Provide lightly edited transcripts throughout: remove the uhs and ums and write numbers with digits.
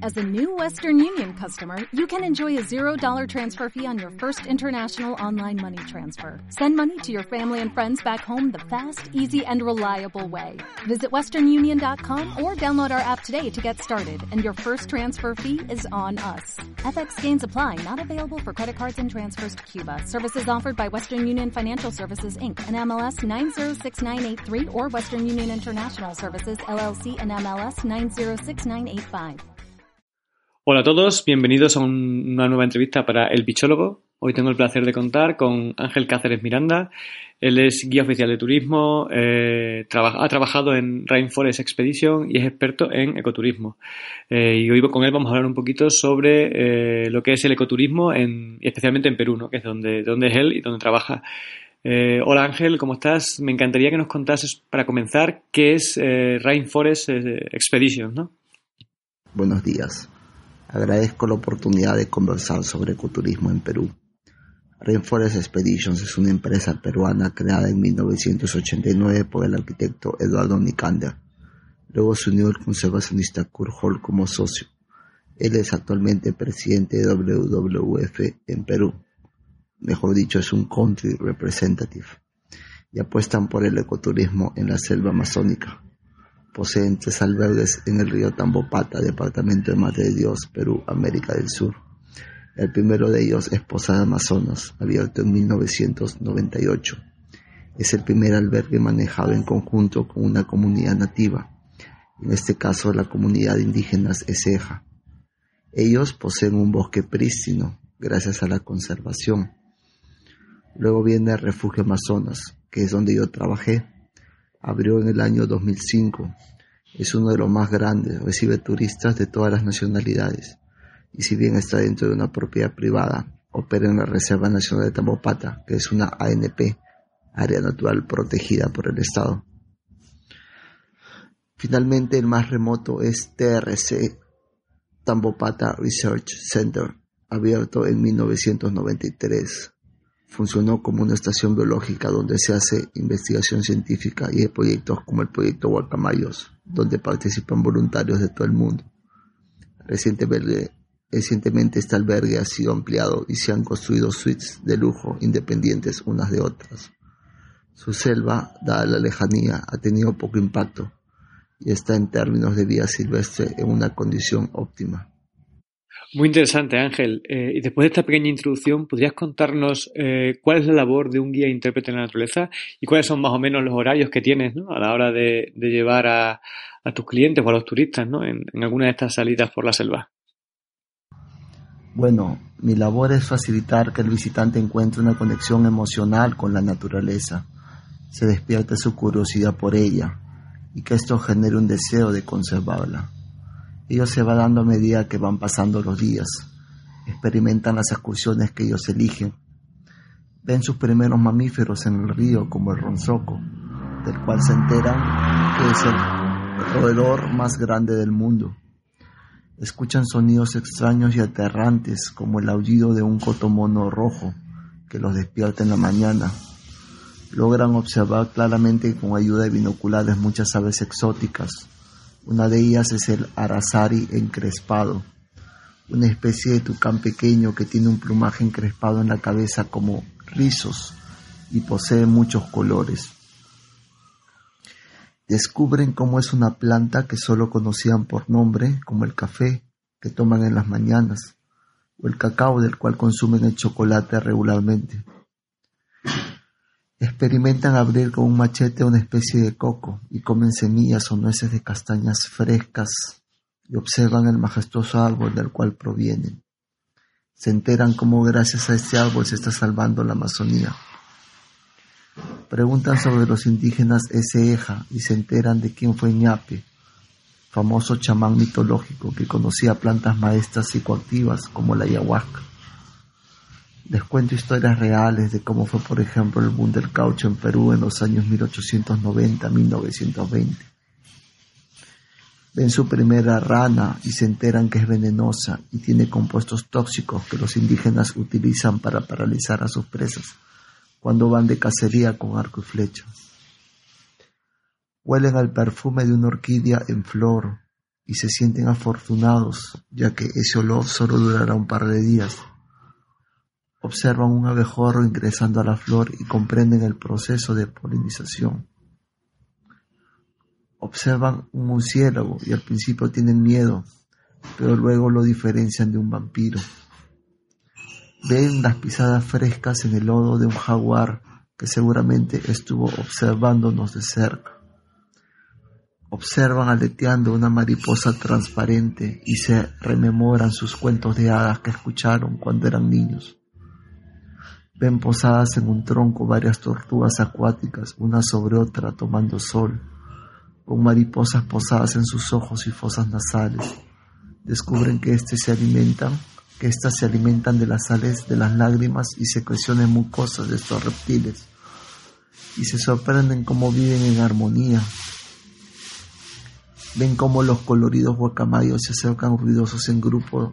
As a new Western Union customer, you can enjoy a $0 transfer fee on your first international online money transfer. Send money to your family and friends back home the fast, easy, and reliable way. Visit westernunion.com or download our app today to get started, and your first transfer fee is on us. FX gains apply, not available for credit cards and transfers to Cuba. Services offered by Western Union Financial Services, Inc., and MLS 906983, or Western Union International Services, LLC, and MLS 906985. Hola a todos, bienvenidos a una nueva entrevista para El Bichólogo. Hoy tengo el placer de contar con Ángel Cáceres Miranda. Él es guía oficial de turismo, ha trabajado en Rainforest Expedition y es experto en ecoturismo. Y hoy con él vamos a hablar un poquito sobre lo que es el ecoturismo, especialmente en Perú, ¿no? Que es donde es él y donde trabaja. Hola Ángel, ¿cómo estás? Me encantaría que nos contases, para comenzar, qué es Rainforest Expedition, ¿no? Buenos días. Agradezco la oportunidad de conversar sobre ecoturismo en Perú. Rainforest Expeditions es una empresa peruana creada en 1989 por el arquitecto Eduardo Nicander. Luego se unió el conservacionista Kurt Hall como socio. Él es actualmente presidente de WWF en Perú. Mejor dicho, es un country representative. Y apuestan por el ecoturismo en la selva amazónica. Poseen 3 albergues en el río Tambopata, departamento de Madre de Dios, Perú, América del Sur. El primero de ellos es Posada Amazonas, abierto en 1998. Es el primer albergue manejado en conjunto con una comunidad nativa, en este caso la comunidad de indígenas Eseja. Ellos poseen un bosque prístino, gracias a la conservación. Luego viene el Refugio Amazonas, que es donde yo trabajé. Abrió en el año 2005. Es uno de los más grandes, recibe turistas de todas las nacionalidades. Y si bien está dentro de una propiedad privada, opera en la Reserva Nacional de Tambopata, que es una ANP, Área Natural Protegida por el Estado. Finalmente, el más remoto es TRC, Tambopata Research Center, abierto en 1993. Funcionó como una estación biológica donde se hace investigación científica y hay proyectos como el proyecto Guacamayos, donde participan voluntarios de todo el mundo. Recientemente este albergue ha sido ampliado y se han construido suites de lujo independientes unas de otras. Su selva, dada la lejanía, ha tenido poco impacto y está en términos de vida silvestre en una condición óptima. Muy interesante, Ángel. Y después de esta pequeña introducción, ¿podrías contarnos cuál es la labor de un guía intérprete en la naturaleza y cuáles son más o menos los horarios que tienes, ¿no? A la hora de llevar a tus clientes o a los turistas, ¿no? en alguna de estas salidas por la selva? Bueno, mi labor es facilitar que el visitante encuentre una conexión emocional con la naturaleza, se despierte su curiosidad por ella y que esto genere un deseo de conservarla. Ello se va dando a medida que van pasando los días, experimentan las excursiones que ellos eligen, ven sus primeros mamíferos en el río como el ronzoco, del cual se enteran que es el roedor más grande del mundo. Escuchan sonidos extraños y aterrantes como el aullido de un cotomono rojo que los despierta en la mañana. Logran observar claramente con ayuda de binoculares muchas aves exóticas. Una de ellas es el aracari encrespado, una especie de tucán pequeño que tiene un plumaje encrespado en la cabeza como rizos y posee muchos colores. Descubren cómo es una planta que solo conocían por nombre, como el café que toman en las mañanas, o el cacao del cual consumen el chocolate regularmente. Experimentan abrir con un machete una especie de coco y comen semillas o nueces de castañas frescas y observan el majestuoso árbol del cual provienen. Se enteran cómo gracias a este árbol se está salvando la Amazonía. Preguntan sobre los indígenas Eseja y se enteran de quién fue Ñape, famoso chamán mitológico que conocía plantas maestras psicoactivas como la ayahuasca. Les cuento historias reales de cómo fue, por ejemplo, el boom del caucho en Perú en los años 1890-1920. Ven su primera rana y se enteran que es venenosa y tiene compuestos tóxicos que los indígenas utilizan para paralizar a sus presas cuando van de cacería con arco y flecha. Huelen al perfume de una orquídea en flor y se sienten afortunados, ya que ese olor solo durará un par de días. Observan un abejorro ingresando a la flor y comprenden el proceso de polinización. Observan un murciélago y al principio tienen miedo, pero luego lo diferencian de un vampiro. Ven las pisadas frescas en el lodo de un jaguar que seguramente estuvo observándonos de cerca. Observan aleteando una mariposa transparente y se rememoran sus cuentos de hadas que escucharon cuando eran niños. Ven posadas en un tronco varias tortugas acuáticas, una sobre otra tomando sol, con mariposas posadas en sus ojos y fosas nasales. Descubren que estas se alimentan de las sales de las lágrimas y secreciones mucosas de estos reptiles, y se sorprenden cómo viven en armonía. Ven cómo los coloridos guacamayos se acercan ruidosos en grupos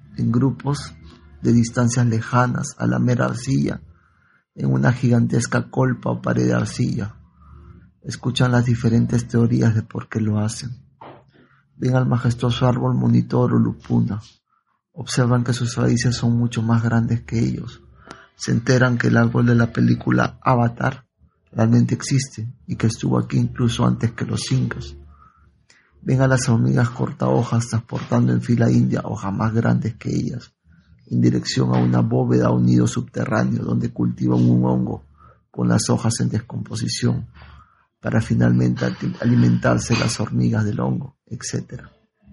de distancias lejanas a lamer arcilla en una gigantesca colpa o pared de arcilla. Escuchan las diferentes teorías de por qué lo hacen. Ven al majestuoso árbol monitor o lupuna. Observan que sus raíces son mucho más grandes que ellos. Se enteran que el árbol de la película Avatar realmente existe y que estuvo aquí incluso antes que los incas. Ven a las hormigas cortahojas transportando en fila india hojas más grandes que ellas, en dirección a una bóveda o nido subterráneo donde cultivan un hongo con las hojas en descomposición, para finalmente alimentarse las hormigas del hongo, etc.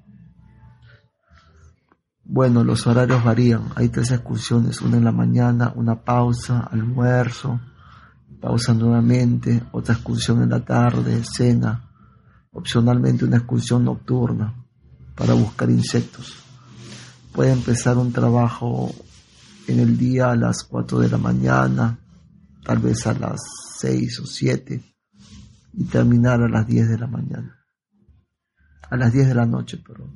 Bueno, los horarios varían. Hay 3 excursiones, una en la mañana, una pausa, almuerzo, pausa nuevamente, otra excursión en la tarde, cena, opcionalmente una excursión nocturna para buscar insectos. Puede empezar un trabajo en el día a las 4 de la mañana, tal vez a las 6 o 7, y terminar a las 10 de la mañana. A las 10 de la noche, perdón.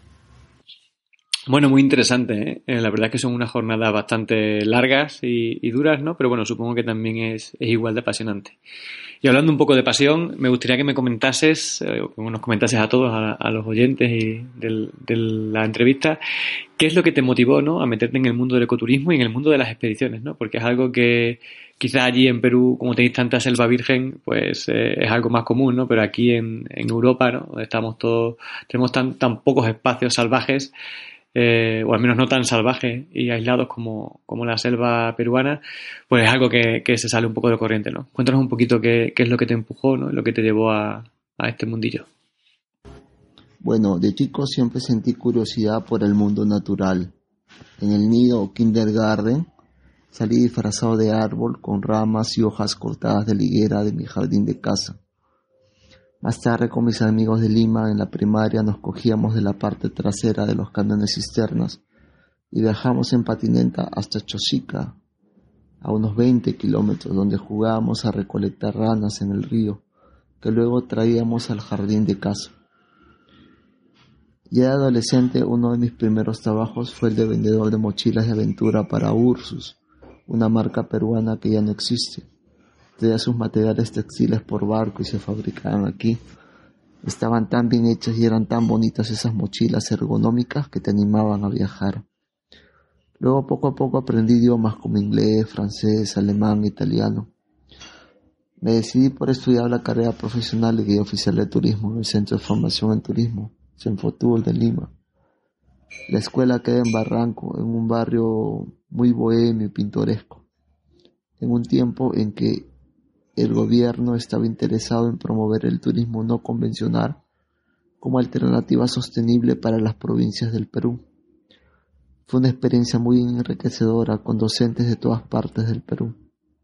Bueno, muy interesante, ¿eh? La verdad es que son unas jornadas bastante largas y duras, ¿no? Pero bueno, supongo que también es igual de apasionante. Y hablando un poco de pasión, me gustaría que me comentases, que nos comentases a todos, a los oyentes de la entrevista, qué es lo que te motivó, ¿no?, a meterte en el mundo del ecoturismo y en el mundo de las expediciones, ¿no? Porque es algo que quizás allí en Perú, como tenéis tanta selva virgen, pues es algo más común, ¿no? Pero aquí en Europa, ¿no?, donde estamos todos, tenemos tan pocos espacios salvajes, o al menos no tan salvajes y aislados como la selva peruana, pues es algo que se sale un poco de corriente, ¿no? Cuéntanos un poquito qué es lo que te empujó, ¿no?, y lo que te llevó a este mundillo. Bueno, de chico siempre sentí curiosidad por el mundo natural. En el nido o kindergarten salí disfrazado de árbol con ramas y hojas cortadas de la higuera de mi jardín de casa. Más tarde, con mis amigos de Lima, en la primaria, nos cogíamos de la parte trasera de los camiones cisternas y viajamos en patineta hasta Chosica, a unos 20 kilómetros, donde jugábamos a recolectar ranas en el río, que luego traíamos al jardín de casa. Ya de adolescente, uno de mis primeros trabajos fue el de vendedor de mochilas de aventura para Ursus, una marca peruana que ya no existe. Traía sus materiales textiles por barco y se fabricaban aquí. Estaban tan bien hechas y eran tan bonitas esas mochilas ergonómicas que te animaban a viajar. Luego poco a poco aprendí idiomas como inglés, francés, alemán, italiano. Me decidí por estudiar la carrera profesional de guía oficial de turismo en el Centro de Formación en Turismo, Senfotur de Lima. La escuela queda en Barranco, en un barrio muy bohemio y pintoresco, en un tiempo en que el gobierno estaba interesado en promover el turismo no convencional como alternativa sostenible para las provincias del Perú. Fue una experiencia muy enriquecedora con docentes de todas partes del Perú.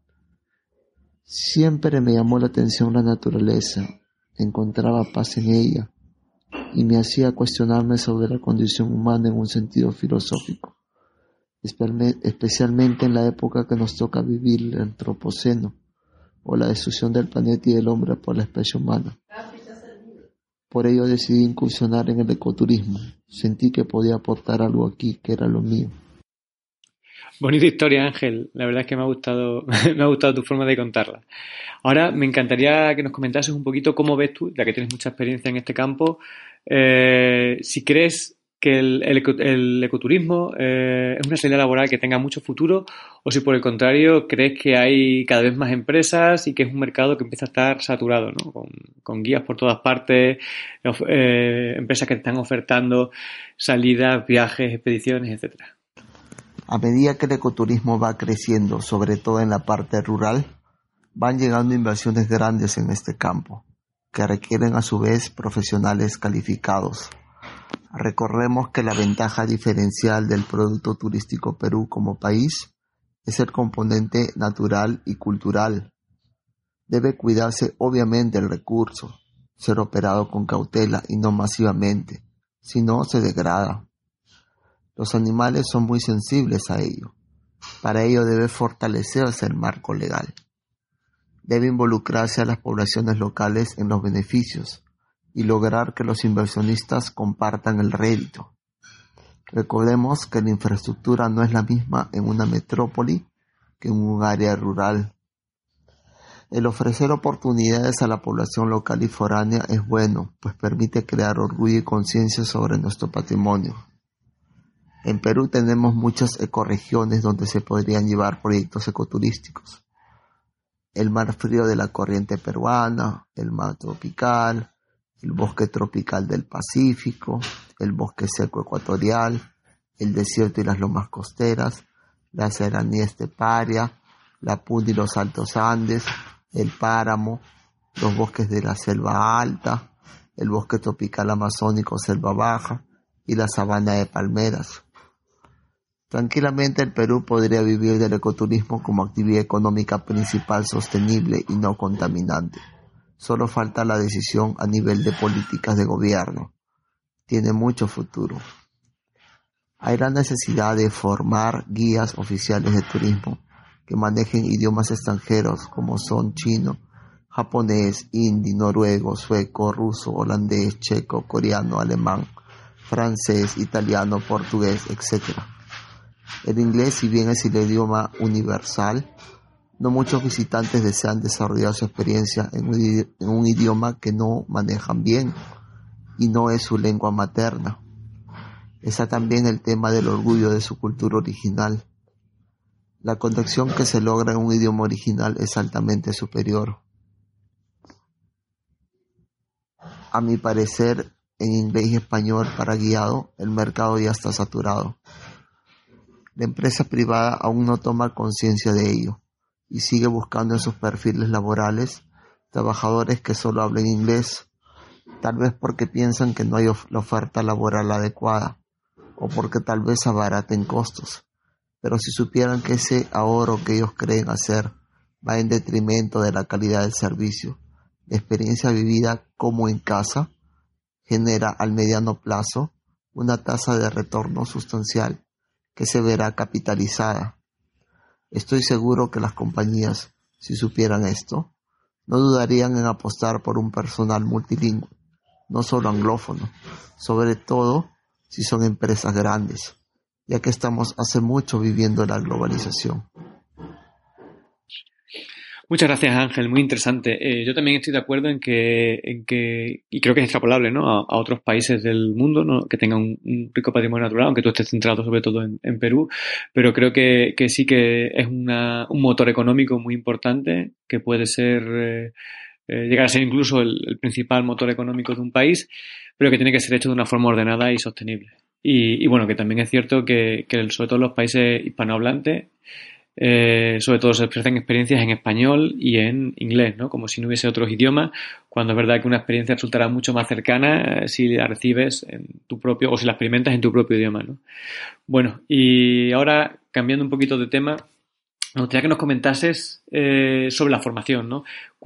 Siempre me llamó la atención la naturaleza, encontraba paz en ella y me hacía cuestionarme sobre la condición humana en un sentido filosófico, especialmente en la época que nos toca vivir el antropoceno, o la destrucción del planeta y del hombre por la especie humana. Por ello decidí incursionar en el ecoturismo. Sentí que podía aportar algo aquí, que era lo mío. Bonita historia, Ángel. La verdad es que me ha gustado tu forma de contarla. Ahora me encantaría que nos comentases un poquito cómo ves tú, ya que tienes mucha experiencia en este campo, si crees que el ecoturismo es una salida laboral que tenga mucho futuro, o si por el contrario crees que hay cada vez más empresas y que es un mercado que empieza a estar saturado, ¿no? Con guías por todas partes, empresas que están ofertando salidas, viajes, expediciones, etcétera. A medida que el ecoturismo va creciendo, sobre todo en la parte rural, van llegando inversiones grandes en este campo, que requieren a su vez profesionales calificados. Recordemos que la ventaja diferencial del producto turístico Perú como país es el componente natural y cultural. Debe cuidarse obviamente el recurso, ser operado con cautela y no masivamente, si no se degrada. Los animales son muy sensibles a ello. Para ello debe fortalecerse el marco legal. Debe involucrarse a las poblaciones locales en los beneficios y lograr que los inversionistas compartan el rédito. Recordemos que la infraestructura no es la misma en una metrópoli que en un área rural. El ofrecer oportunidades a la población local y foránea es bueno, pues permite crear orgullo y conciencia sobre nuestro patrimonio. En Perú tenemos muchas ecorregiones donde se podrían llevar proyectos ecoturísticos. El mar frío de la corriente peruana, el mar tropical, el bosque tropical del Pacífico, el bosque seco ecuatorial, el desierto y las lomas costeras, la serranía esteparia, la Puna y los Altos Andes, el páramo, los bosques de la selva alta, el bosque tropical amazónico selva baja y la sabana de palmeras. Tranquilamente el Perú podría vivir del ecoturismo como actividad económica principal sostenible y no contaminante. Solo falta la decisión a nivel de políticas de gobierno. Tiene mucho futuro. Hay la necesidad de formar guías oficiales de turismo que manejen idiomas extranjeros como son chino, japonés, hindi, noruego, sueco, ruso, holandés, checo, coreano, alemán, francés, italiano, portugués, etc. El inglés, si bien es el idioma universal, no muchos visitantes desean desarrollar su experiencia en un idioma que no manejan bien y no es su lengua materna. Está también el tema del orgullo de su cultura original. La conexión que se logra en un idioma original es altamente superior. A mi parecer, en inglés y español para guiado, el mercado ya está saturado. La empresa privada aún no toma conciencia de ello y sigue buscando en sus perfiles laborales trabajadores que solo hablen inglés, tal vez porque piensan que no hay la oferta laboral adecuada o porque tal vez abaraten costos. Pero si supieran que ese ahorro que ellos creen hacer va en detrimento de la calidad del servicio, la experiencia vivida como en casa genera al mediano plazo una tasa de retorno sustancial que se verá capitalizada. Estoy seguro que las compañías, si supieran esto, no dudarían en apostar por un personal multilingüe, no solo anglófono, sobre todo si son empresas grandes, ya que estamos hace mucho viviendo la globalización. Muchas gracias, Ángel, muy interesante. Yo también estoy de acuerdo en que y creo que es extrapolable, ¿no?, a otros países del mundo, ¿no?, que tengan un rico patrimonio natural, aunque tú estés centrado sobre todo en Perú, pero creo que sí que es un motor económico muy importante, que puede ser llegar a ser incluso el principal motor económico de un país, pero que tiene que ser hecho de una forma ordenada y sostenible. Y bueno, que también es cierto que sobre todo los países hispanohablantes, sobre todo se ofrecen experiencias en español y en inglés, ¿no?, como si no hubiese otros idiomas, cuando es verdad que una experiencia resultará mucho más cercana si la recibes en tu propio, o si la experimentas en tu propio idioma, ¿no? Bueno, y ahora, cambiando un poquito de tema, me gustaría que nos comentases sobre la formación, ¿no?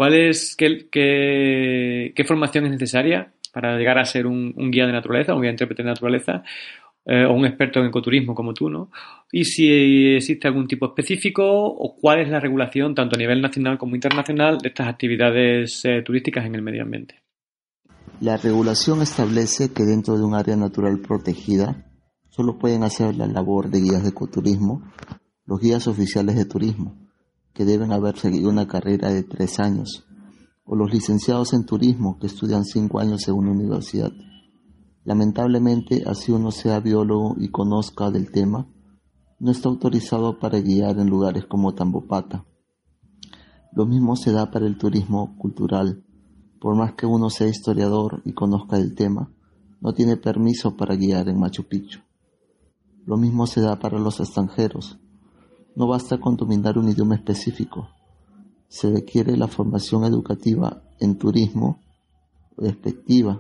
¿Qué formación es necesaria para llegar a ser un guía de naturaleza, un guía de intérprete de naturaleza, o un experto en ecoturismo como tú, ¿no? Y si existe algún tipo específico, o cuál es la regulación, tanto a nivel nacional como internacional, de estas actividades turísticas en el medio ambiente. La regulación establece que dentro de un área natural protegida solo pueden hacer la labor de guías de ecoturismo los guías oficiales de turismo, que deben haber seguido una carrera de 3 años, o los licenciados en turismo, que estudian 5 años en una universidad. Lamentablemente, así uno sea biólogo y conozca del tema, no está autorizado para guiar en lugares como Tambopata. Lo mismo se da para el turismo cultural. Por más que uno sea historiador y conozca del tema, no tiene permiso para guiar en Machu Picchu. Lo mismo se da para los extranjeros. No basta con dominar un idioma específico. Se requiere la formación educativa en turismo respectiva.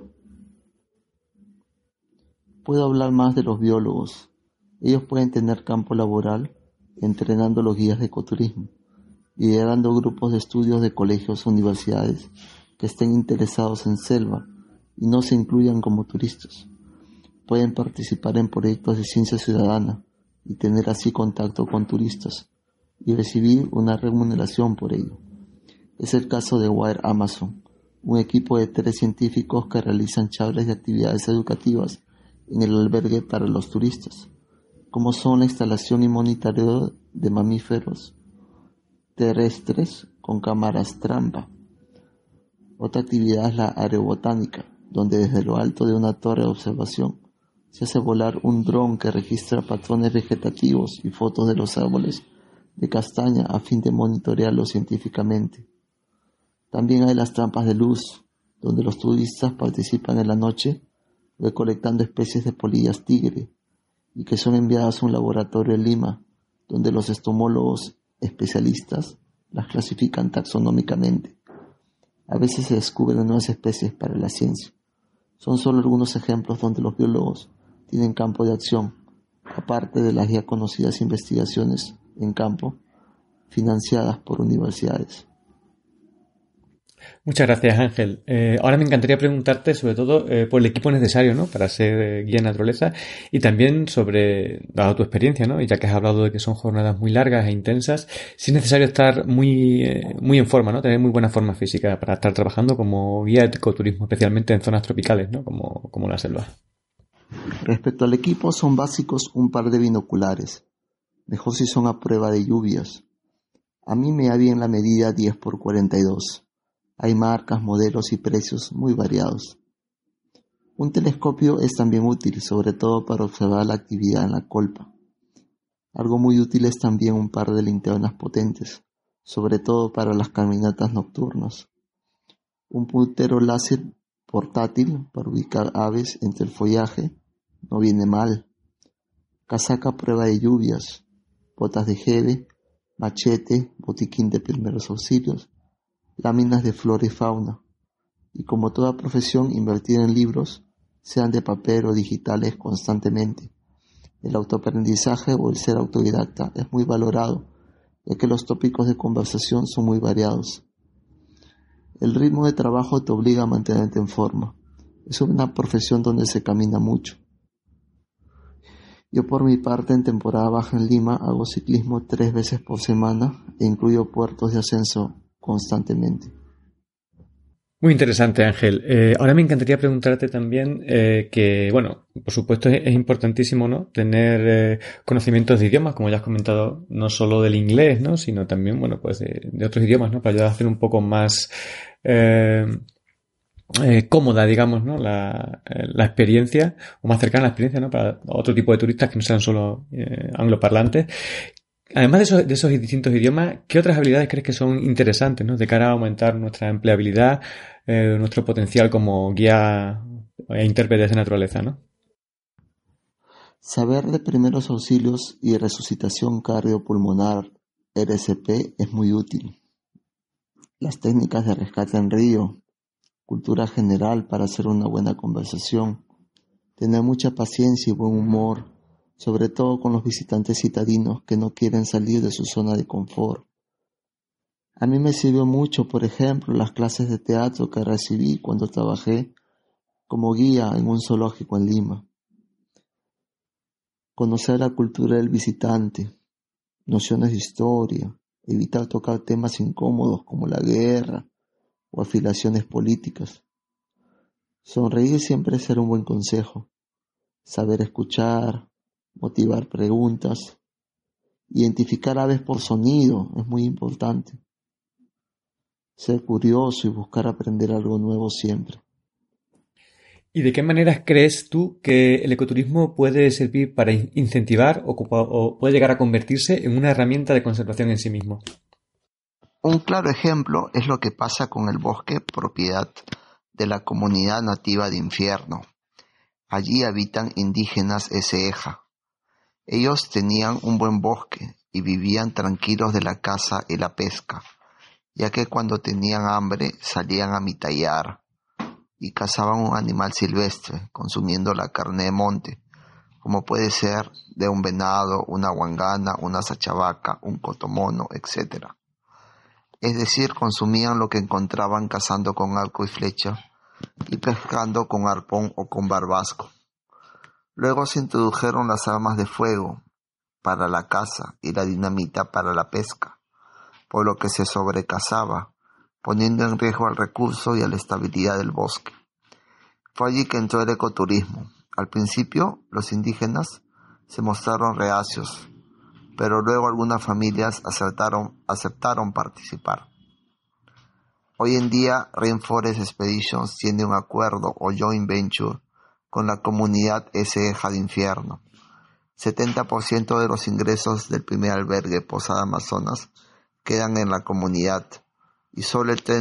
Puedo hablar más de los biólogos. Ellos pueden tener campo laboral entrenando los guías de ecoturismo, liderando grupos de estudios de colegios o universidades que estén interesados en selva y no se incluyan como turistas. Pueden participar en proyectos de ciencia ciudadana y tener así contacto con turistas y recibir una remuneración por ello. Es el caso de Wild Amazon, un equipo de 3 científicos que realizan charlas de actividades educativas en el albergue para los turistas, como son la instalación y monitoreo de mamíferos terrestres con cámaras trampa. Otra actividad es la aerobotánica, donde desde lo alto de una torre de observación se hace volar un dron que registra patrones vegetativos y fotos de los árboles de castaña a fin de monitorearlos científicamente. También hay las trampas de luz, donde los turistas participan en la noche recolectando especies de polillas tigre y que son enviadas a un laboratorio en Lima, donde los entomólogos especialistas las clasifican taxonómicamente. A veces se descubren nuevas especies para la ciencia. Son solo algunos ejemplos donde los biólogos tienen campo de acción, aparte de las ya conocidas investigaciones en campo financiadas por universidades. Muchas gracias, Ángel. Ahora me encantaría preguntarte sobre todo por el equipo necesario, ¿no?, para ser guía de naturaleza y también sobre, dado tu experiencia, ¿no?, y ya que has hablado de que son jornadas muy largas e intensas, si es necesario estar muy en forma, ¿no?, tener muy buena forma física para estar trabajando como guía de ecoturismo, especialmente en zonas tropicales, ¿no?, como la selva. Respecto al equipo, son básicos un par de binoculares, mejor si son a prueba de lluvias. A mí me da bien la medida 10x42. Hay marcas, modelos y precios muy variados. Un telescopio es también útil, sobre todo para observar la actividad en la colpa. Algo muy útil es también un par de linternas potentes, sobre todo para las caminatas nocturnas. Un puntero láser portátil para ubicar aves entre el follaje no viene mal. Casaca a prueba de lluvias, botas de jeve, machete, botiquín de primeros auxilios, láminas de flora y fauna, y como toda profesión, invertir en libros, sean de papel o digitales, constantemente. El autoaprendizaje o el ser autodidacta es muy valorado, ya que los tópicos de conversación son muy variados. El ritmo de trabajo te obliga a mantenerte en forma. Es una profesión donde se camina mucho. Yo por mi parte, en temporada baja en Lima, hago ciclismo 3 veces por semana e incluyo puertos de ascenso constantemente. Muy interesante, Ángel. Ahora me encantaría preguntarte también que, bueno, por supuesto es importantísimo, ¿no?, tener conocimientos de idiomas, como ya has comentado, no solo del inglés, ¿no?, sino también, bueno, pues de otros idiomas, ¿no?, para ayudar a hacer un poco más cómoda, digamos, ¿no?, la experiencia, o más cercana a la experiencia, ¿no?, para otro tipo de turistas que no sean solo angloparlantes. Además de esos distintos idiomas, ¿qué otras habilidades crees que son interesantes, ¿no?, de cara a aumentar nuestra empleabilidad, nuestro potencial como guía e intérpretes de naturaleza, ¿no? Saber de primeros auxilios y resucitación cardiopulmonar RCP es muy útil. Las técnicas de rescate en río, cultura general para hacer una buena conversación, tener mucha paciencia y buen humor, sobre todo con los visitantes citadinos que no quieren salir de su zona de confort. A mí me sirvió mucho, por ejemplo, las clases de teatro que recibí cuando trabajé como guía en un zoológico en Lima. Conocer la cultura del visitante, nociones de historia, evitar tocar temas incómodos como la guerra o afiliaciones políticas. Sonreír siempre será un buen consejo. Saber escuchar, motivar preguntas, identificar aves por sonido es muy importante. Ser curioso y buscar aprender algo nuevo siempre. ¿Y de qué maneras crees tú que el ecoturismo puede servir para incentivar o puede llegar a convertirse en una herramienta de conservación en sí mismo? Un claro ejemplo es lo que pasa con el bosque propiedad de la comunidad nativa de Infierno. Allí habitan indígenas Eseja. Ellos tenían un buen bosque y vivían tranquilos de la caza y la pesca, ya que cuando tenían hambre salían a mitallar y cazaban un animal silvestre, consumiendo la carne de monte, como puede ser de un venado, una huangana, una sachavaca, un cotomono, etc. Es decir, consumían lo que encontraban cazando con arco y flecha y pescando con arpón o con barbasco. Luego se introdujeron las armas de fuego para la caza y la dinamita para la pesca, por lo que se sobrecazaba, poniendo en riesgo al recurso y a la estabilidad del bosque. Fue allí que entró el ecoturismo. Al principio, los indígenas se mostraron reacios, pero luego algunas familias aceptaron participar. Hoy en día, Rainforest Expeditions tiene un acuerdo o joint venture con la comunidad Eseja de Infierno. 70% de los ingresos del primer albergue Posada Amazonas quedan en la comunidad y solo el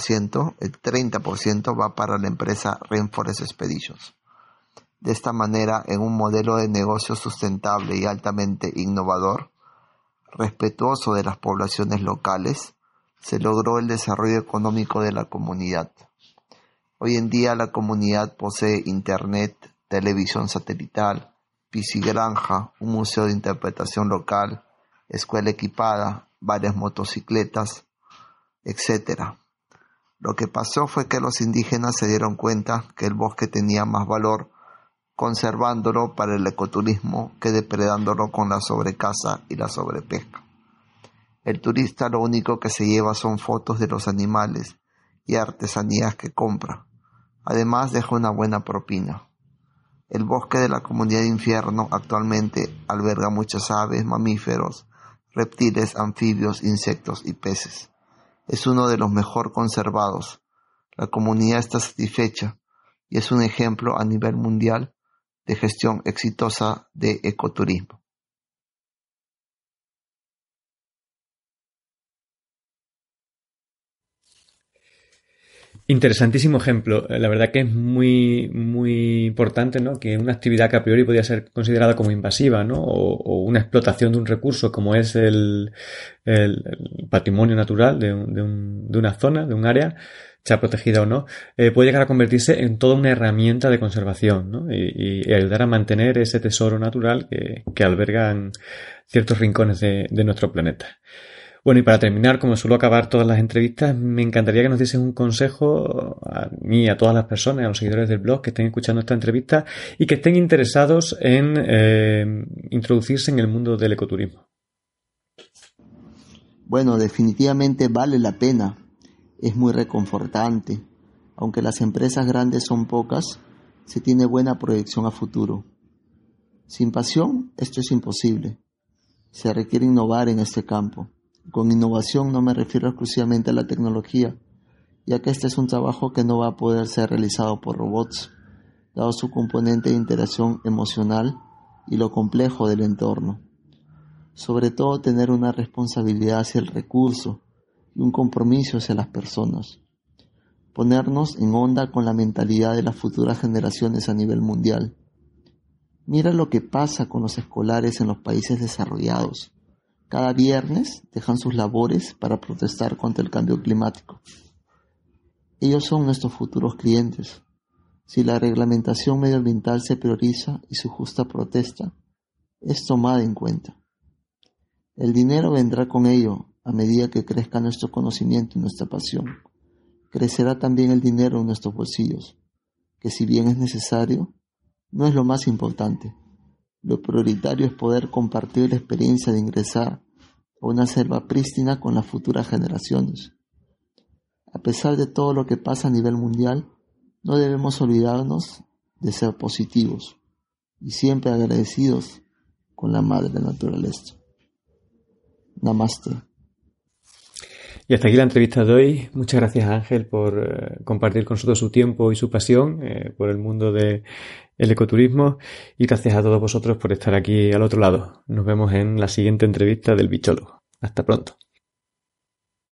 30% va para la empresa Rainforest Expeditions. De esta manera, en un modelo de negocio sustentable y altamente innovador, respetuoso de las poblaciones locales, se logró el desarrollo económico de la comunidad. Hoy en día la comunidad posee internet, televisión satelital, piscigranja, un museo de interpretación local, escuela equipada, varias motocicletas, etc. Lo que pasó fue que los indígenas se dieron cuenta que el bosque tenía más valor conservándolo para el ecoturismo que depredándolo con la sobrecaza y la sobrepesca. El turista lo único que se lleva son fotos de los animales y artesanías que compra. Además deja una buena propina. El bosque de la comunidad de Infierno actualmente alberga muchas aves, mamíferos, reptiles, anfibios, insectos y peces. Es uno de los mejor conservados. La comunidad está satisfecha y es un ejemplo a nivel mundial de gestión exitosa de ecoturismo. Interesantísimo ejemplo. La verdad que es muy, muy importante, ¿no? Que una actividad que a priori podría ser considerada como invasiva, ¿no? O una explotación de un recurso como es el patrimonio natural de una zona, de un área, sea protegida o no, puede llegar a convertirse en toda una herramienta de conservación, ¿no? Y ayudar a mantener ese tesoro natural que albergan ciertos rincones de nuestro planeta. Bueno, y para terminar, como suelo acabar todas las entrevistas, me encantaría que nos diesen un consejo a mí y a todas las personas, a los seguidores del blog que estén escuchando esta entrevista y que estén interesados en introducirse en el mundo del ecoturismo. Bueno, definitivamente vale la pena. Es muy reconfortante. Aunque las empresas grandes son pocas, se tiene buena proyección a futuro. Sin pasión, esto es imposible. Se requiere innovar en este campo. Con innovación no me refiero exclusivamente a la tecnología, ya que este es un trabajo que no va a poder ser realizado por robots, dado su componente de interacción emocional y lo complejo del entorno. Sobre todo tener una responsabilidad hacia el recurso y un compromiso hacia las personas. Ponernos en onda con la mentalidad de las futuras generaciones a nivel mundial. Mira lo que pasa con los escolares en los países desarrollados. Cada viernes dejan sus labores para protestar contra el cambio climático. Ellos son nuestros futuros clientes. Si la reglamentación medioambiental se prioriza y su justa protesta es tomada en cuenta. El dinero vendrá con ello a medida que crezca nuestro conocimiento y nuestra pasión. Crecerá también el dinero en nuestros bolsillos, que si bien es necesario, no es lo más importante. Lo prioritario es poder compartir la experiencia de ingresar a una selva prístina con las futuras generaciones. A pesar de todo lo que pasa a nivel mundial, no debemos olvidarnos de ser positivos y siempre agradecidos con la madre naturaleza. Namaste. Y hasta aquí la entrevista de hoy. Muchas gracias a Ángel por compartir con nosotros su tiempo y su pasión por el mundo del ecoturismo. Y gracias a todos vosotros por estar aquí al otro lado. Nos vemos en la siguiente entrevista del Bichólogo. Hasta pronto.